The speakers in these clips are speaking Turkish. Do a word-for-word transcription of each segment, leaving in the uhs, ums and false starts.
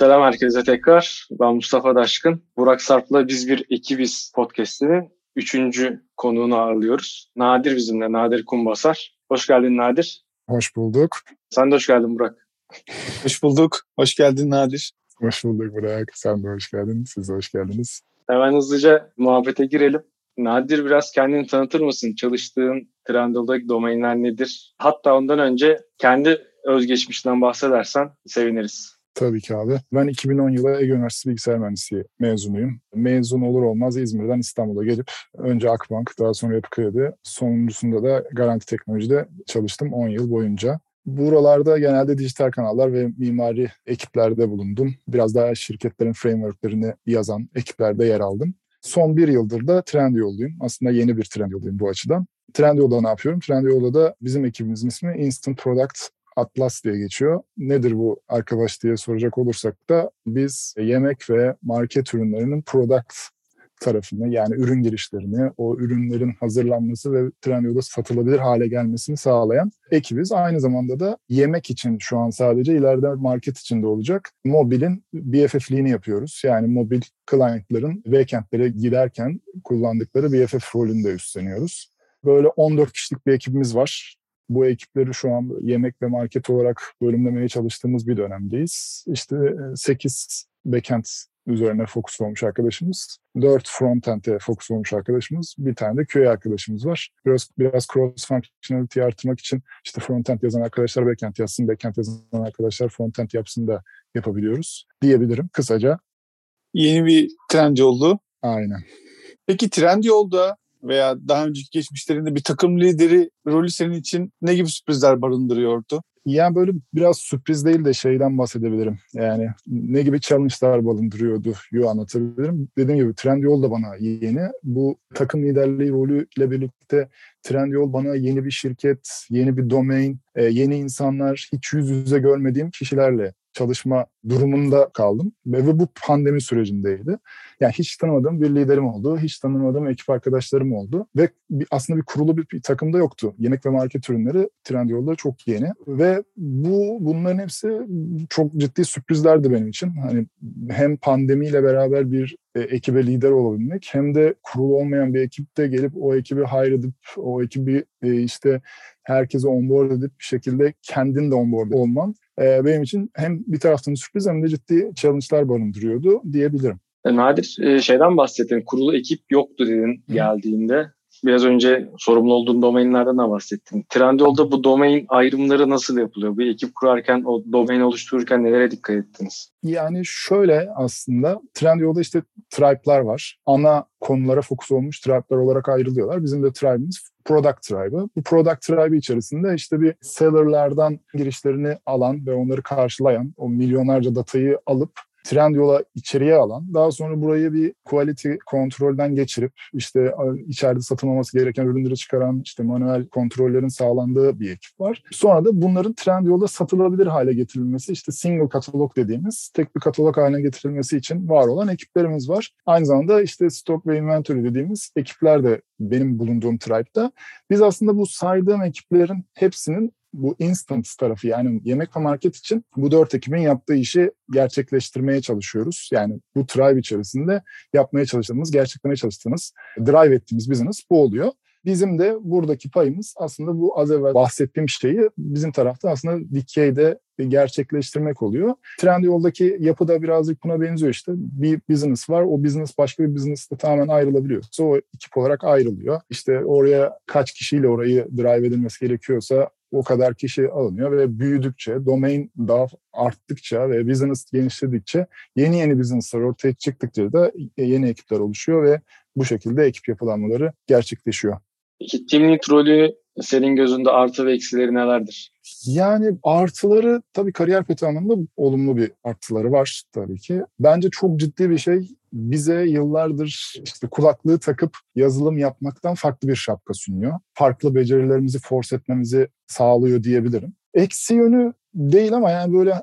Selam herkese tekrar. Ben Mustafa Daşkın. Burak Sarp'la Biz Bir Ekibiz podcast'inin üçüncü konuğunu ağırlıyoruz. Nadir bizimle, Nadir Kumbasar. Hoş geldin Nadir. Hoş bulduk. Sen de hoş geldin Burak. Hoş bulduk. Hoş geldin Nadir. Hoş bulduk Burak. Sen de hoş geldin. Siz de hoş geldiniz. Hemen hızlıca muhabbete girelim. Nadir, biraz kendini tanıtır mısın? Çalıştığın Trendyol'daki domainler nedir? Hatta ondan önce kendi özgeçmişinden bahsedersen seviniriz. Tabii ki abi. Ben iki bin on yılı Ege Üniversitesi Bilgisayar Mühendisliği mezunuyum. Mezun olur olmaz İzmir'den İstanbul'a gelip önce Akbank, daha sonra Yapı Kredi, sonuncusunda da Garanti Teknoloji'de çalıştım on yıl boyunca. Buralarda genelde dijital kanallar ve mimari ekiplerde bulundum. Biraz daha şirketlerin frameworklerini yazan ekiplerde yer aldım. Son bir yıldır da Trendyol'dayım. Aslında yeni bir Trendyol'dayım bu açıdan. Trendyol'da ne yapıyorum? Trendyol'da da bizim ekibimizin ismi Instant Product Atlas diye geçiyor. Nedir bu arkadaş diye soracak olursak da biz yemek ve market ürünlerinin product tarafını, yani ürün girişlerini, o ürünlerin hazırlanması ve Trendyol'da satılabilir hale gelmesini sağlayan ekibiz. Aynı zamanda da yemek için şu an sadece, ileride market için de olacak, mobilin B F F'liğini yapıyoruz. Yani mobil client'ların backend'lere giderken kullandıkları B F F rolünü de üstleniyoruz. Böyle on dört kişilik bir ekibimiz var. Bu ekipleri şu an yemek ve market olarak bölümlemeye çalıştığımız bir dönemdeyiz. İşte sekiz backend üzerine fokus olmuş arkadaşımız, dört frontend'e fokus olmuş arkadaşımız, bir tane de Q A arkadaşımız var. Biraz biraz cross functionality'yi artırmak için işte frontend yazan arkadaşlar backend yazsın, backend yazan arkadaşlar frontend yapsın da yapabiliyoruz diyebilirim kısaca. Yeni bir Trendyol'du. Aynen. Peki Trendyol'da veya daha önceki geçmişlerinde bir takım lideri rolü senin için ne gibi sürprizler barındırıyordu? Yani böyle biraz sürpriz değil de şeyden bahsedebilirim. Yani ne gibi challenge'lar barındırıyordu yu anlatabilirim. Dediğim gibi Trendyol da bana yeni. Bu takım liderliği rolüyle birlikte Trendyol bana yeni bir şirket, yeni bir domain, yeni insanlar, hiç yüz yüze görmediğim kişilerle çalışma durumunda kaldım. Ve bu pandemi sürecindeydi. Yani hiç tanımadığım bir liderim oldu, hiç tanımadığım ekip arkadaşlarım oldu. Ve aslında bir kurulu bir, bir takım da yoktu. Yemek ve market ürünleri Trendyol'da çok yeni. Ve bu bunların hepsi çok ciddi sürprizlerdi benim için. Hani hem pandemiyle beraber bir e, ekibe lider olabilmek, hem de kurulu olmayan bir ekipte gelip o ekibi hire edip, o ekibi e, işte herkese onboard edip bir şekilde kendin de onboard olman e, benim için hem bir taraftan sürpriz hem de ciddi challenge'lar barındırıyordu diyebilirim. E, Nadir, e, şeyden bahsettin. Kurulu ekip yoktu dedin geldiğinde. Biraz önce sorumlu olduğun domainlerden de bahsettin. Trendyol'da bu domain ayrımları nasıl yapılıyor? Bir ekip kurarken, o domain oluştururken nelere dikkat ettiniz? Yani şöyle, aslında Trendyol'da işte tribe'lar var. Ana konulara fokus olmuş tribe'lar olarak ayrılıyorlar. Bizim de tribe'imiz Product Tribe'ı. Bu Product Tribe içerisinde işte bir seller'lardan girişlerini alan ve onları karşılayan, o milyonlarca datayı alıp Trendyol'a içeriye alan, daha sonra burayı bir quality kontrolden geçirip işte içeride satılmaması gereken ürünleri çıkaran, işte manuel kontrollerin sağlandığı bir ekip var. Sonra da bunların Trendyol'da satılabilir hale getirilmesi, işte single katalog dediğimiz tek bir katalog haline getirilmesi için var olan ekiplerimiz var. Aynı zamanda işte stock ve inventory dediğimiz ekipler de benim bulunduğum tribe'da. Biz aslında bu saydığım ekiplerin hepsinin bu instant tarafı, yani yemek ve market için bu dört ekibin yaptığı işi gerçekleştirmeye çalışıyoruz. Yani bu tribe içerisinde yapmaya çalıştığımız, gerçeklemeye çalıştığımız, drive ettiğimiz business bu oluyor. Bizim de buradaki payımız aslında bu az evvel bahsettiğim şeyi bizim tarafta aslında dikeyde gerçekleştirmek oluyor. Trendyol'daki yapı da birazcık buna benziyor işte. Bir business var, o business başka bir business'ta tamamen ayrılabiliyorsa o ekip olarak ayrılıyor. İşte oraya kaç kişiyle orayı drive edilmesi gerekiyorsa o kadar kişi alınıyor ve büyüdükçe, domain daha arttıkça ve business genişledikçe, yeni yeni business'lar ortaya çıktıkça da yeni ekipler oluşuyor ve bu şekilde ekip yapılanmaları gerçekleşiyor. Peki team lead rolü senin gözünde artı ve eksileri nelerdir? Yani artıları tabii kariyer peti anlamında olumlu bir artıları var tabii ki. Bence çok ciddi bir şey, bize yıllardır işte kulaklığı takıp yazılım yapmaktan farklı bir şapka sunuyor. Farklı becerilerimizi force etmemizi sağlıyor diyebilirim. Eksi yönü değil ama yani böyle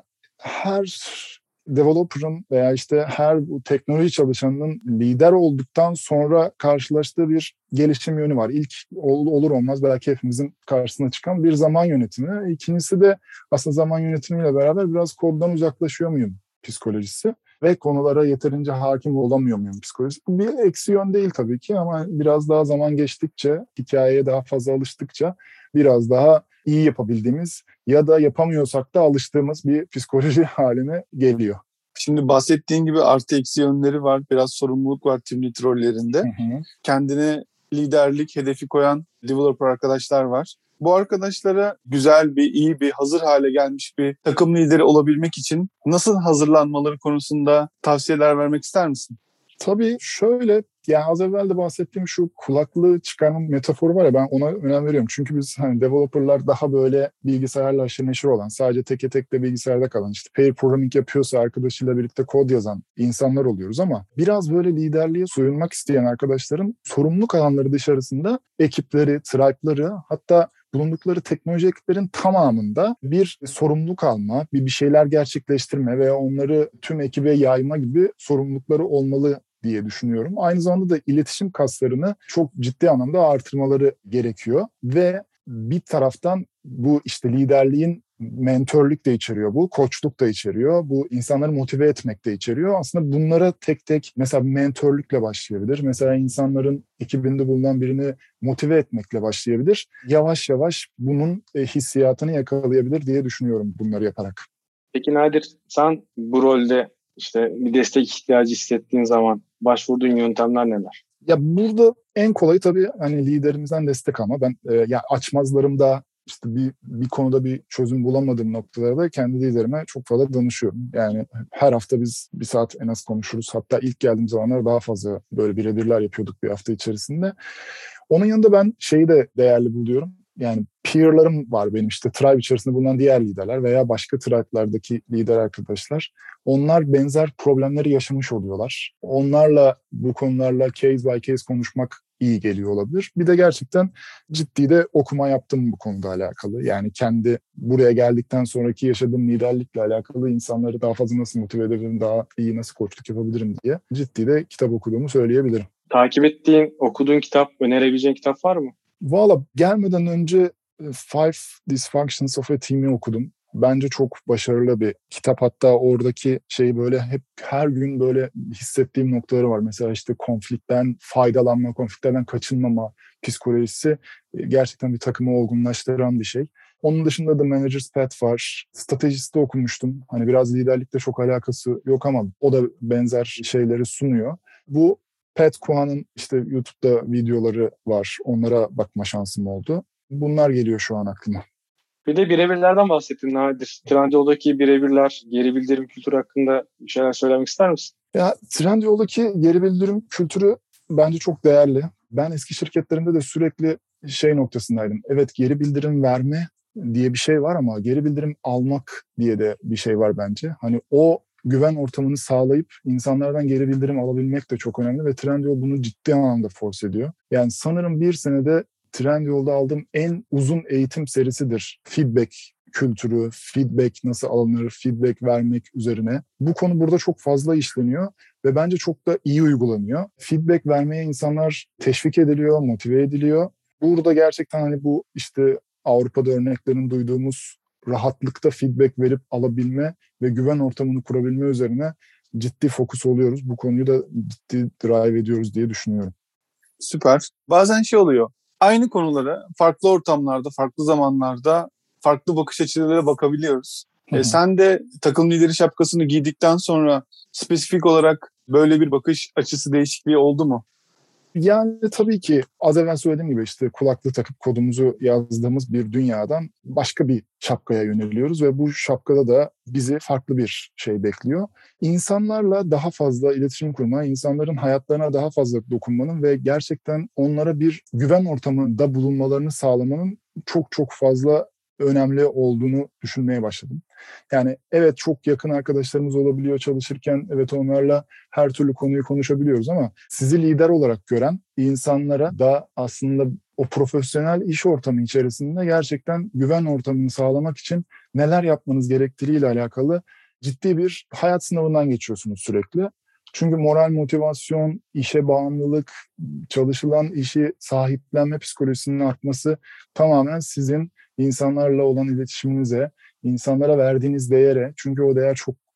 her developer'ın veya işte her bu teknoloji çalışanının lider olduktan sonra karşılaştığı bir gelişim yönü var. İlk olur olmaz belki hepimizin karşısına çıkan bir zaman yönetimi. İkincisi de aslında zaman yönetimiyle beraber biraz koddan uzaklaşıyor muyum psikolojisi ve konulara yeterince hakim olamıyor muyum psikolojisi. Bu bir eksi yön değil tabii ki ama biraz daha zaman geçtikçe, hikayeye daha fazla alıştıkça biraz daha iyi yapabildiğimiz ya da yapamıyorsak da alıştığımız bir psikoloji haline geliyor. Şimdi bahsettiğin gibi artı eksi yönleri var. Biraz sorumluluk var team lead rollerinde. Hı hı. Kendine liderlik hedefi koyan developer arkadaşlar var. Bu arkadaşlara güzel bir, iyi bir, hazır hale gelmiş bir takım lideri olabilmek için nasıl hazırlanmaları konusunda tavsiyeler vermek ister misin? Tabii şöyle, yani az evvel de bahsettiğim şu kulaklığı çıkarma metaforu var ya, ben ona önem veriyorum. Çünkü biz hani developerlar daha böyle bilgisayarla aşırı neşir olan, sadece teke tek de bilgisayarda kalan, işte pair programming yapıyorsa arkadaşıyla birlikte kod yazan insanlar oluyoruz ama biraz böyle liderliğe soyunmak isteyen arkadaşların sorumluluk alanları dışarısında ekipleri, tribe'ları, hatta bulundukları teknoloji ekiplerin tamamında bir sorumluluk alma, bir bir şeyler gerçekleştirme ve onları tüm ekibe yayma gibi sorumlulukları olmalı diye düşünüyorum. Aynı zamanda da iletişim kaslarını çok ciddi anlamda artırmaları gerekiyor ve bir taraftan bu işte liderliğin mentörlük de içeriyor bu, koçluk da içeriyor, bu insanları motive etmek de içeriyor. Aslında bunlara tek tek mesela mentörlükle başlayabilir. Mesela insanların ekibinde bulunan birini motive etmekle başlayabilir. Yavaş yavaş bunun hissiyatını yakalayabilir diye düşünüyorum bunları yaparak. Peki Nadir, sen bu rolde işte bir destek ihtiyacı hissettiğin zaman başvurduğun yöntemler neler? Ya burada en kolayı tabii hani liderimizden destek alma. Ben e, ya açmazlarımda işte bir bir konuda bir çözüm bulamadığım noktalarda kendi liderime çok fazla danışıyorum. Yani her hafta biz bir saat en az konuşuruz. Hatta ilk geldiğim zamanlar daha fazla böyle birebirler yapıyorduk bir hafta içerisinde. Onun yanında ben şeyi de değerli buluyorum. Yani peer'larım var benim, işte tribe içerisinde bulunan diğer liderler veya başka tribe'lardaki lider arkadaşlar. Onlar benzer problemleri yaşamış oluyorlar. Onlarla bu konularla case by case konuşmak iyi geliyor olabilir. Bir de gerçekten ciddi de okuma yaptım bu konuda alakalı. Yani kendi buraya geldikten sonraki yaşadığım liderlikle alakalı insanları daha fazla nasıl motive edebilirim, daha iyi nasıl koçluk yapabilirim diye ciddi de kitap okuduğumu söyleyebilirim. Takip ettiğin, okuduğun kitap, önerebileceğin kitap var mı? Valla gelmeden önce Five Dysfunctions of a Team'i okudum. Bence çok başarılı bir kitap. Hatta oradaki şey böyle hep her gün böyle hissettiğim noktaları var. Mesela işte konflikten faydalanma, konfliklerden kaçınmama psikolojisi gerçekten bir takımı olgunlaştıran bir şey. Onun dışında da Manager's Path var. Stratejist'i okumuştum. Hani biraz liderlikle çok alakası yok ama o da benzer şeyleri sunuyor. Bu Pat Kuhan'ın işte YouTube'da videoları var. Onlara bakma şansım oldu. Bunlar geliyor şu an aklıma. Bir de birebirlerden bahsettin Nadir. Trendyol'daki birebirler, geri bildirim kültürü hakkında bir şeyler söylemek ister misin? Ya Trendyol'daki geri bildirim kültürü bence çok değerli. Ben eski şirketlerimde de sürekli şey noktasındaydım. Evet, geri bildirim verme diye bir şey var ama geri bildirim almak diye de bir şey var bence. Hani o güven ortamını sağlayıp insanlardan geri bildirim alabilmek de çok önemli ve Trendyol bunu ciddi anlamda force ediyor. Yani sanırım bir senede Trendyol'da aldığım en uzun eğitim serisidir. Feedback kültürü, feedback nasıl alınır, feedback vermek üzerine. Bu konu burada çok fazla işleniyor ve bence çok da iyi uygulanıyor. Feedback vermeye insanlar teşvik ediliyor, motive ediliyor. Burada gerçekten hani bu işte Avrupa'da örneklerini duyduğumuz rahatlıkta feedback verip alabilme ve güven ortamını kurabilme üzerine ciddi fokus oluyoruz. Bu konuyu da ciddi drive ediyoruz diye düşünüyorum. Süper. Bazen şey oluyor. Aynı konulara farklı ortamlarda, farklı zamanlarda farklı bakış açılarıyla bakabiliyoruz. E, sen de takım lideri şapkasını giydikten sonra spesifik olarak böyle bir bakış açısı değişikliği oldu mu? Yani tabii ki az evvel söylediğim gibi işte kulaklık takıp kodumuzu yazdığımız bir dünyadan başka bir şapkaya yöneliyoruz ve bu şapkada da bizi farklı bir şey bekliyor. İnsanlarla daha fazla iletişim kurma, insanların hayatlarına daha fazla dokunmanın ve gerçekten onlara bir güven ortamında bulunmalarını sağlamanın çok çok fazla önemli olduğunu düşünmeye başladım. Yani evet, çok yakın arkadaşlarımız olabiliyor çalışırken, evet onlarla her türlü konuyu konuşabiliyoruz ama sizi lider olarak gören insanlara da aslında o profesyonel iş ortamı içerisinde gerçekten güven ortamını sağlamak için neler yapmanız gerektiğiyle alakalı ciddi bir hayat sınavından geçiyorsunuz sürekli. Çünkü moral, motivasyon, işe bağımlılık, çalışılan işi sahiplenme psikolojisinin artması tamamen sizin insanlarla olan iletişiminize, insanlara verdiğiniz değere, çünkü o değer çok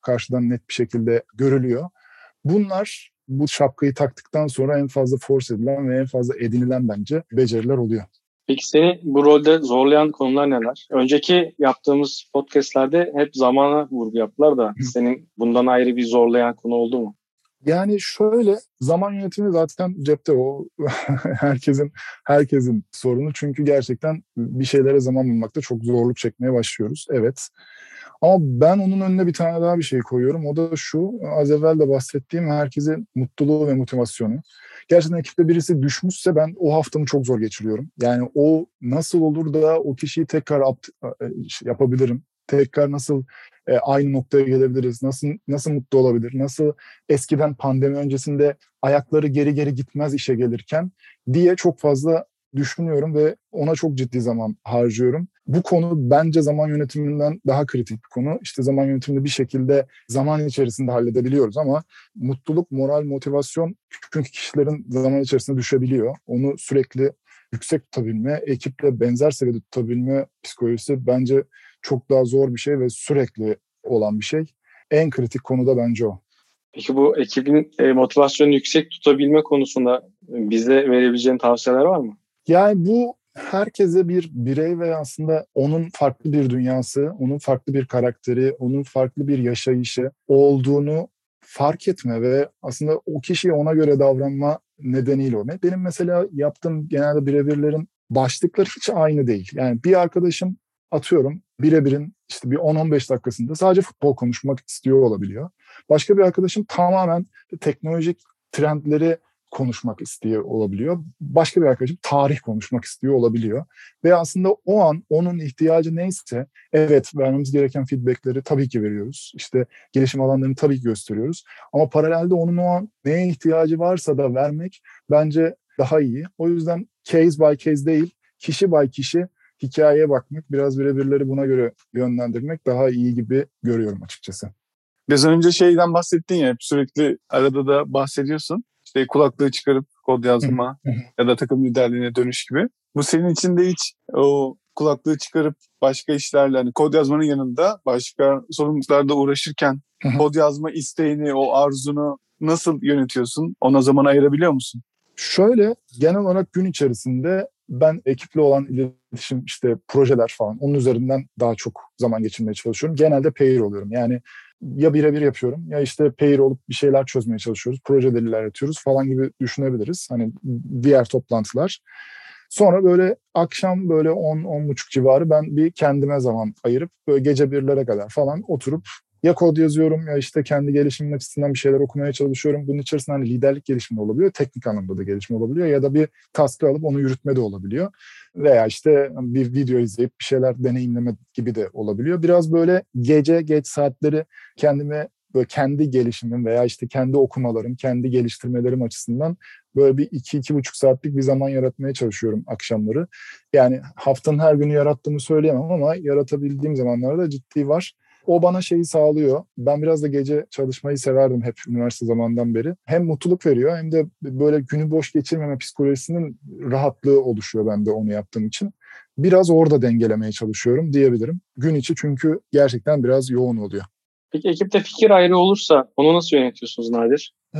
karşıdan net bir şekilde görülüyor. Bunlar bu şapkayı taktıktan sonra en fazla force edilen ve en fazla edinilen bence beceriler oluyor. Peki seni bu rolde zorlayan konular neler? Önceki yaptığımız podcastlerde hep zamana vurgu yaptılar da senin bundan ayrı bir zorlayan konu oldu mu? Yani şöyle, zaman yönetimi zaten cepte, o herkesin herkesin sorunu. Çünkü gerçekten bir şeylere zaman bulmakta çok zorluk çekmeye başlıyoruz. Evet. Ama ben onun önüne bir tane daha bir şey koyuyorum. O da şu, az evvel de bahsettiğim herkesin mutluluğu ve motivasyonu. Gerçekten ekipte birisi düşmüşse ben o haftamı çok zor geçiriyorum. Yani o nasıl olur da o kişiyi tekrar yapabilirim? Tekrar nasıl e, aynı noktaya gelebiliriz? Nasıl nasıl mutlu olabilir? Nasıl eskiden pandemi öncesinde ayakları geri geri gitmez işe gelirken diye çok fazla düşünüyorum ve ona çok ciddi zaman harcıyorum. Bu konu bence zaman yönetiminden daha kritik bir konu. İşte zaman yönetimini bir şekilde zaman içerisinde halledebiliyoruz ama mutluluk, moral, motivasyon çünkü kişilerin zaman içerisinde düşebiliyor. Onu sürekli yüksek tutabilme, ekiple benzer seviyede tutabilme psikolojisi bence çok daha zor bir şey ve sürekli olan bir şey. En kritik konu da bence o. Peki bu ekibin e, motivasyonu yüksek tutabilme konusunda bize verebileceğin tavsiyeler var mı? Yani bu herkese bir birey ve aslında onun farklı bir dünyası, onun farklı bir karakteri, onun farklı bir yaşayışı olduğunu fark etme ve aslında o kişiye ona göre davranma nedeniyle o. Benim mesela yaptığım genelde birebirlerin başlıkları hiç aynı değil. Yani bir arkadaşım atıyorum birebirin işte bir on on beş dakikasında sadece futbol konuşmak istiyor olabiliyor. Başka bir arkadaşım tamamen teknolojik trendleri konuşmak istiyor olabiliyor. Başka bir arkadaşım tarih konuşmak istiyor olabiliyor. Ve aslında o an onun ihtiyacı neyse evet vermemiz gereken feedbackleri tabii ki veriyoruz. İşte gelişim alanlarını tabii ki gösteriyoruz. Ama paralelde onun o an neye ihtiyacı varsa da vermek bence daha iyi. O yüzden case by case değil, kişi by kişi hikayeye bakmak, biraz birebirleri buna göre yönlendirmek daha iyi gibi görüyorum açıkçası. Biraz önce şeyden bahsettin ya, hep sürekli arada da bahsediyorsun. İşte kulaklığı çıkarıp kod yazma ya da takım liderliğine dönüş gibi. Bu senin için de hiç o kulaklığı çıkarıp başka işlerle, hani kod yazmanın yanında başka sorumluluklarda uğraşırken kod yazma isteğini, o arzunu nasıl yönetiyorsun? Ona zaman ayırabiliyor musun? Şöyle, genel olarak gün içerisinde ben ekiple olan iletişim, işte projeler falan, onun üzerinden daha çok zaman geçirmeye çalışıyorum. Genelde pair oluyorum. Yani ya birebir yapıyorum ya işte pair olup bir şeyler çözmeye çalışıyoruz. Projeleri ilerletiyoruz falan gibi düşünebiliriz. Hani diğer toplantılar. Sonra böyle akşam böyle on on buçuk civarı ben bir kendime zaman ayırıp böyle gece birlere kadar falan oturup ya kod yazıyorum ya işte kendi gelişimim açısından bir şeyler okumaya çalışıyorum. Bunun içerisinde hani liderlik gelişimi de olabiliyor, teknik anlamda da gelişim olabiliyor ya da bir task'ı alıp onu yürütme de olabiliyor. Veya işte bir video izleyip bir şeyler deneyimleme gibi de olabiliyor. Biraz böyle gece geç saatleri kendime böyle kendi gelişimim veya işte kendi okumalarım, kendi geliştirmelerim açısından böyle bir iki, iki buçuk saatlik bir zaman yaratmaya çalışıyorum akşamları. Yani haftanın her günü yarattığımı söyleyemem ama yaratabildiğim zamanlarda ciddi var. O bana şeyi sağlıyor. Ben biraz da gece çalışmayı severdim hep üniversite zamanından beri. Hem mutluluk veriyor hem de böyle günü boş geçirmeme psikolojisinin rahatlığı oluşuyor bende onu yaptığım için. Biraz orada dengelemeye çalışıyorum diyebilirim. Gün içi çünkü gerçekten biraz yoğun oluyor. Peki ekipte fikir ayrı olursa onu nasıl yönetiyorsunuz Nadir? Ee,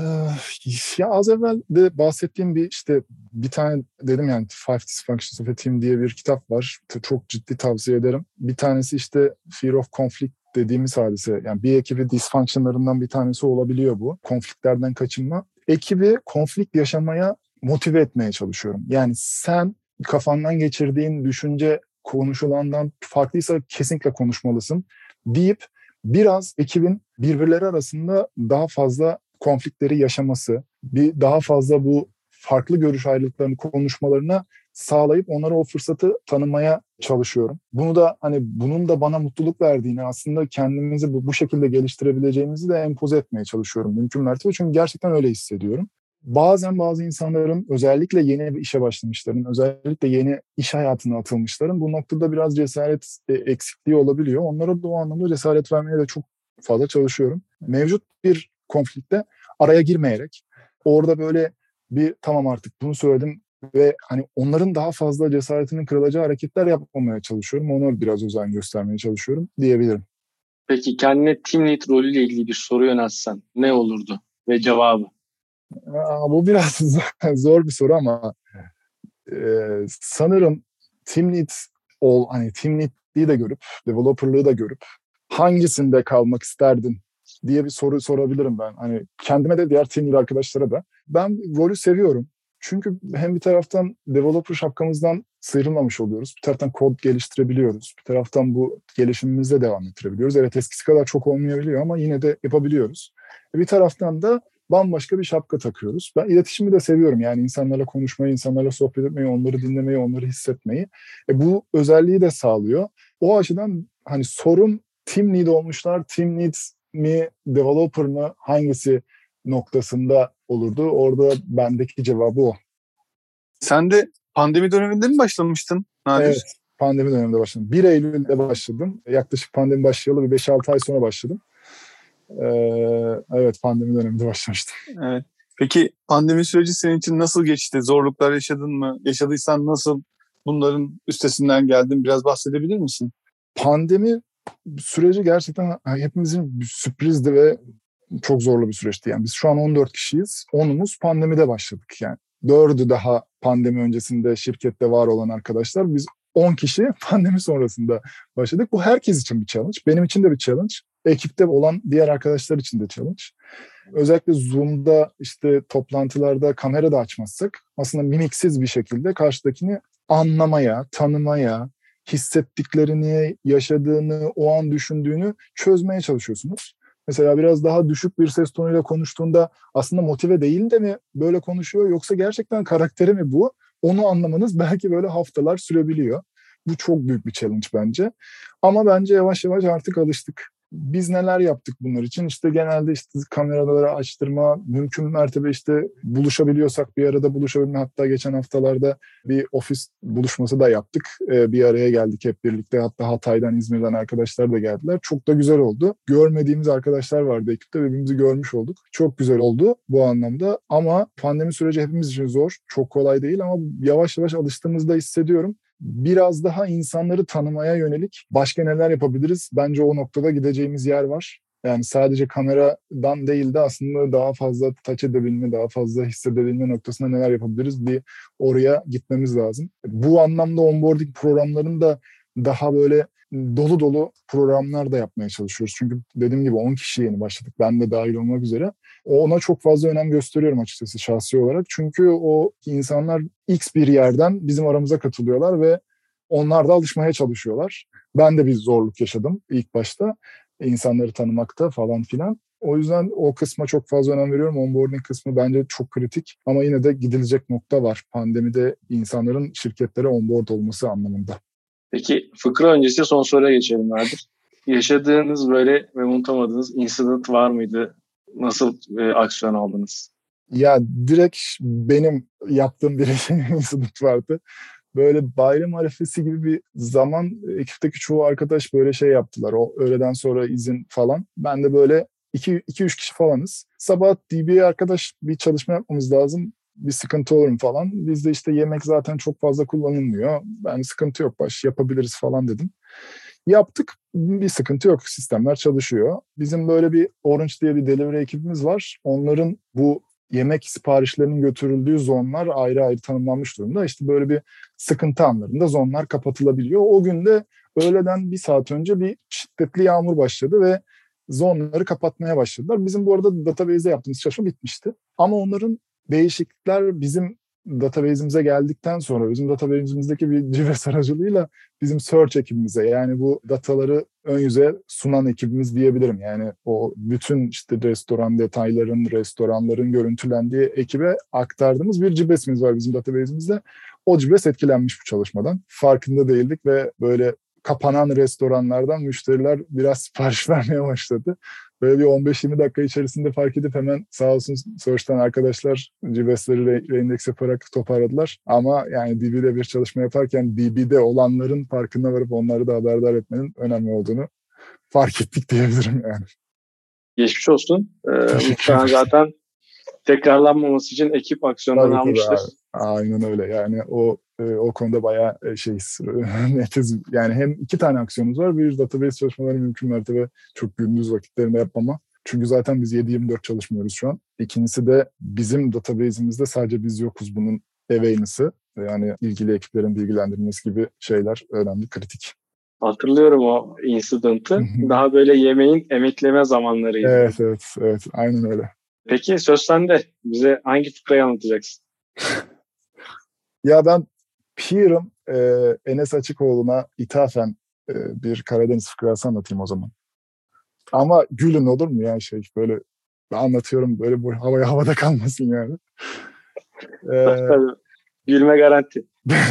ya az evvel de bahsettiğim bir işte bir tane dedim yani Five Dysfunctions of a Team diye bir kitap var. Çok ciddi tavsiye ederim. Bir tanesi işte Fear of Conflict dediğimiz hadise. Yani bir ekibi dysfunctionlarından bir tanesi olabiliyor bu. Konfliktlerden kaçınma. Ekibi konflikt yaşamaya motive etmeye çalışıyorum. Yani sen kafandan geçirdiğin düşünce konuşulandan farklıysa kesinlikle konuşmalısın deyip biraz ekibin birbirleri arasında daha fazla konfliktleri yaşaması, bir daha fazla bu farklı görüş ayrılıklarını konuşmalarına sağlayıp onlara o fırsatı tanımaya çalışıyorum. Bunu da hani bunun da bana mutluluk verdiğini, aslında kendimizi bu, bu şekilde geliştirebileceğimizi de empoze etmeye çalışıyorum mümkün mertebe. Çünkü gerçekten öyle hissediyorum. Bazen bazı insanların, özellikle yeni bir işe başlamışların, özellikle yeni iş hayatına atılmışların bu noktada biraz cesaret eksikliği olabiliyor. Onlara da o anlamda cesaret vermeye de çok fazla çalışıyorum. Mevcut bir konflikte araya girmeyerek orada böyle bir tamam artık bunu söyledim ve hani onların daha fazla cesaretinin kırılacağı hareketler yapmamaya çalışıyorum. Ona biraz özen göstermeye çalışıyorum diyebilirim. Peki kendine team lead rolüyle ilgili bir soru yöneltsen ne olurdu ve cevabı? Aa, bu biraz zor bir soru ama e, sanırım team lead ol, hani team lead'liği de görüp, developer'lığı da görüp hangisinde kalmak isterdin diye bir soru sorabilirim ben. Hani kendime de diğer team lead arkadaşlara da. Ben rolü seviyorum. Çünkü hem bir taraftan developer şapkamızdan sıyrılmamış oluyoruz. Bir taraftan kod geliştirebiliyoruz. Bir taraftan bu gelişimimize devam ettirebiliyoruz. Evet, eskisi kadar çok olmayabiliyor ama yine de yapabiliyoruz. Bir taraftan da bambaşka bir şapka takıyoruz. Ben iletişimi de seviyorum. Yani insanlarla konuşmayı, insanlarla sohbet etmeyi, onları dinlemeyi, onları hissetmeyi. E bu özelliği de sağlıyor. O açıdan hani sorun team lead olmuşlar, team lead mi, developer mı, hangisi noktasında olurdu? Orada bendeki cevabı o. Sen de pandemi döneminde mi başlamıştın Nadir? Evet, pandemi döneminde başladım. bir Eylül'de başladım. Yaklaşık pandemi başlayalı bir beş altı ay sonra başladım. Ee, evet, pandemi döneminde başlamıştım. Evet. Peki pandemi süreci senin için nasıl geçti? Zorluklar yaşadın mı? Yaşadıysan nasıl bunların üstesinden geldin? Biraz bahsedebilir misin? Pandemi süreci gerçekten hepimizin bir sürprizdi ve çok zorlu bir süreçti. Yani biz şu an on dört kişiyiz. onumuz pandemide başladık yani. dördü daha pandemi öncesinde şirkette var olan arkadaşlar. Biz on kişi pandemi sonrasında başladık. Bu herkes için bir challenge. Benim için de bir challenge. Ekipte olan diğer arkadaşlar için de challenge. Özellikle Zoom'da işte toplantılarda kamera da açmazsak aslında mimiksiz bir şekilde karşıdakini anlamaya, tanımaya, hissettiklerini, yaşadığını, o an düşündüğünü çözmeye çalışıyorsunuz. Mesela biraz daha düşük bir ses tonuyla konuştuğunda aslında motive değil de mi böyle konuşuyor yoksa gerçekten karakteri mi bu? Onu anlamanız belki böyle haftalar sürebiliyor. Bu çok büyük bir challenge bence. Ama bence yavaş yavaş artık alıştık. Biz neler yaptık bunlar için? İşte genelde işte kameraları açtırma, mümkün mertebe işte buluşabiliyorsak bir arada buluşabilme. Hatta geçen haftalarda bir ofis buluşması da yaptık. Ee, bir araya geldik hep birlikte. Hatta Hatay'dan, İzmir'den arkadaşlar da geldiler. Çok da güzel oldu. Görmediğimiz arkadaşlar vardı ekipte ve birbirimizi görmüş olduk. Çok güzel oldu bu anlamda. Ama pandemi süreci hepimiz için zor. Çok kolay değil ama yavaş yavaş alıştığımızda hissediyorum. Biraz daha insanları tanımaya yönelik başka neler yapabiliriz? Bence o noktada gideceğimiz yer var. Yani sadece kameradan değil de aslında daha fazla touch edebilme, daha fazla hissedebilme noktasında neler yapabiliriz? Bir oraya gitmemiz lazım. Bu anlamda onboarding programlarını da daha böyle dolu dolu programlar da yapmaya çalışıyoruz. Çünkü dediğim gibi on kişi yeni başladık. Ben de dahil olmak üzere. Ona çok fazla önem gösteriyorum açıkçası şahsi olarak. Çünkü o insanlar X bir yerden bizim aramıza katılıyorlar ve onlar da alışmaya çalışıyorlar. Ben de bir zorluk yaşadım ilk başta. İnsanları tanımakta falan filan. O yüzden o kısma çok fazla önem veriyorum. Onboarding kısmı bence çok kritik. Ama yine de gidilecek nokta var. Pandemide insanların şirketlere onboard olması anlamında. Peki fıkra öncesi son soruya geçelim Nadir. Yaşadığınız böyle ve unutamadığınız incident var mıydı? Nasıl e, aksiyon aldınız? Ya direkt benim yaptığım bir incident vardı. Böyle bayram arifesi gibi bir zaman ekipteki çoğu arkadaş böyle şey yaptılar. O öğleden sonra izin falan. Ben de böyle iki üç kişi falanız. Sabah D B'ye arkadaş bir çalışma yapmamız lazım. Bir sıkıntı olur mu falan. Bizde işte yemek zaten çok fazla kullanılmıyor. Ben sıkıntı yok baş yapabiliriz falan dedim. Yaptık. Bir sıkıntı yok. Sistemler çalışıyor. Bizim böyle bir Orange diye bir delivery ekibimiz var. Onların bu yemek siparişlerinin götürüldüğü zonlar ayrı ayrı tanımlanmış durumda. İşte böyle bir sıkıntı anlarında zonlar kapatılabiliyor. O gün de öğleden bir saat önce bir şiddetli yağmur başladı ve zonları kapatmaya başladılar. Bizim bu arada database'de yaptığımız çalışma bitmişti. Ama onların değişiklikler bizim database'imize geldikten sonra bizim database'imizdeki bir G I S aracılığıyla bizim search ekibimize yani bu dataları ön yüze sunan ekibimiz diyebilirim. Yani o bütün işte restoran detayların, restoranların görüntülendiği ekibe aktardığımız bir G I S'imiz var bizim database'imizde. O G I S etkilenmiş bu çalışmadan. Farkında değildik ve böyle kapanan restoranlardan müşteriler biraz sipariş vermeye başladı. Böyle bir on beş yirmi dakika içerisinde fark edip hemen sağ olsun Search'tan arkadaşlar G I S'leri re- reindeks yaparak toparladılar. Ama yani D B'de bir çalışma yaparken D B'de olanların farkına varıp onları da haberdar etmenin önemli olduğunu fark ettik diyebilirim yani. Geçmiş olsun. Ee, muhtemelen zaten tekrarlanmaması için ekip aksiyonlarını Tabii tabii almıştır. abi. Aynen öyle yani o e, o konuda bayağı e, şeyiz, netiz. Yani hem iki tane aksiyonumuz var. Bir, database çalışmaları mümkün mertebe çok gündüz vakitlerinde yapmama. Çünkü zaten biz yedi yirmi dört çalışmıyoruz şu an. İkincisi de bizim database'imizde sadece biz yokuz, bunun awareness'ı. Yani ilgili ekiplerin bilgilendirilmesi gibi şeyler önemli, kritik. Hatırlıyorum o incident'ı. Daha böyle yemeğin emekleme zamanlarıydı. Evet, evet, evet. Aynen öyle. Peki söz sende. Bize hangi fıkrayı anlatacaksın? Ya ben peer'ım e, Enes Açıkoğlu'na ithafen e, bir Karadeniz fıkrası anlatayım o zaman. Ama gülün olur mu ya şey böyle anlatıyorum böyle bu havaya havada kalmasın yani. Ee, Gülme garanti.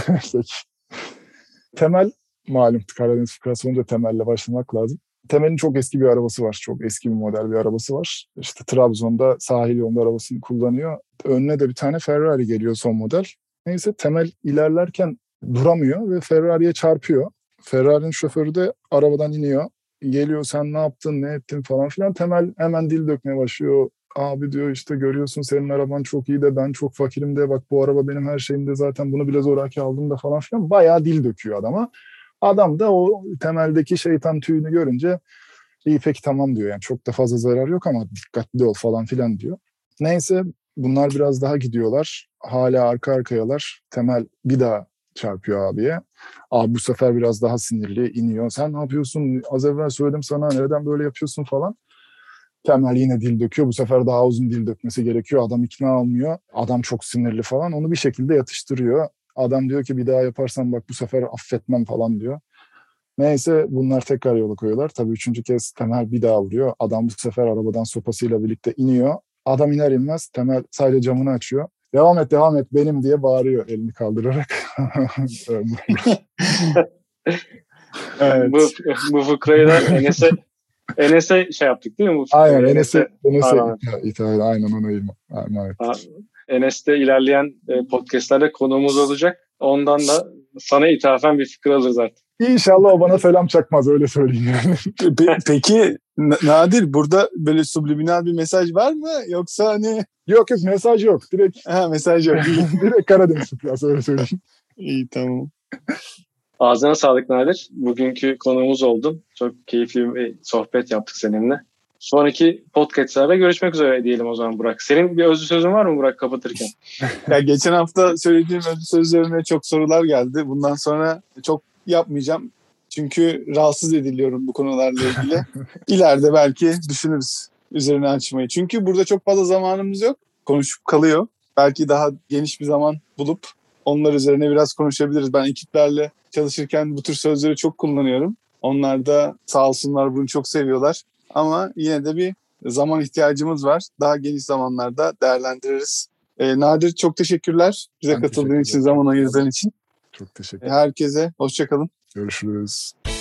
Temel malum Karadeniz fıkrası olunca Temel'le başlamak lazım. Temel'in çok eski bir arabası var. Çok eski bir model bir arabası var. İşte Trabzon'da sahil yolunda arabasını kullanıyor. Önüne de bir tane Ferrari geliyor son model. Neyse Temel ilerlerken duramıyor ve Ferrari'ye çarpıyor. Ferrari'nin şoförü de arabadan iniyor. Geliyor, sen ne yaptın, ne ettin falan filan. Temel hemen dil dökmeye başlıyor. Abi diyor, işte görüyorsun senin araban çok iyi de ben çok fakirim de, bak bu araba benim her şeyimde zaten, bunu bile zoraki aldım da falan filan. Bayağı dil döküyor adama. Adam da o Temel'deki şeytan tüyünü görünce iyi peki tamam diyor. Yani çok da fazla zarar yok ama dikkatli ol falan filan diyor. Neyse bunlar biraz daha gidiyorlar. Hala arka arkayalar. Temel bir daha çarpıyor abiye. Abi bu sefer biraz daha sinirli iniyor. Sen ne yapıyorsun? Az evvel söyledim sana, neden böyle yapıyorsun falan. Temel yine dil döküyor. Bu sefer daha uzun dil dökmesi gerekiyor. Adam ikna olmuyor. Adam çok sinirli falan. Onu bir şekilde yatıştırıyor. Adam diyor ki bir daha yaparsan bak bu sefer affetmem falan diyor. Neyse bunlar tekrar yola koyuyorlar. Tabii üçüncü kez Temel bir daha vuruyor. Adam bu sefer arabadan sopasıyla birlikte iniyor. Adam iner inmez Temel sadece camını açıyor. Devam et, devam et benim diye bağırıyor elini kaldırarak. Evet. Bu, bu fıkrayı da Enes'e Enes'e şey yaptık değil mi? Bu aynen Enes'e Enes'e ithal, aynen ona emanet. Enes'te ilerleyen podcastlerde konuğumuz olacak. Ondan da sana ithafen bir fikir alır zaten. İnşallah o bana selam çakmaz, öyle söyleyeyim yani. Pe- peki Nadir, burada böyle subliminal bir mesaj var mı? Yoksa hani... Yok yok, mesaj yok. Direkt ha, mesaj yok. Direkt Karadeniz fıkrası, öyle söyleyeyim. İyi, tamam. Ağzına sağlık Nadir. Bugünkü konuğumuz oldun. Çok keyifli bir sohbet yaptık seninle. Sonraki podcastlarda görüşmek üzere diyelim o zaman Burak. Senin bir özlü sözün var mı Burak kapatırken? Ya geçen hafta söylediğim özlü sözlerime çok sorular geldi. Bundan sonra çok yapmayacağım. Çünkü rahatsız ediliyorum bu konularla ilgili. İleride belki düşünürüz üzerine açmayı. Çünkü burada çok fazla zamanımız yok. Konuşup kalıyor. Belki daha geniş bir zaman bulup onlar üzerine biraz konuşabiliriz. Ben ekiplerle çalışırken bu tür sözleri çok kullanıyorum. Onlar da sağ olsunlar bunu çok seviyorlar. Ama yine de bir zaman ihtiyacımız var. Daha geniş zamanlarda değerlendiririz. Ee, Nadir, çok teşekkürler. Bize ben katıldığın için, zaman ayırdığın için. Çok teşekkür ederim. Herkese hoşça kalın. Görüşürüz.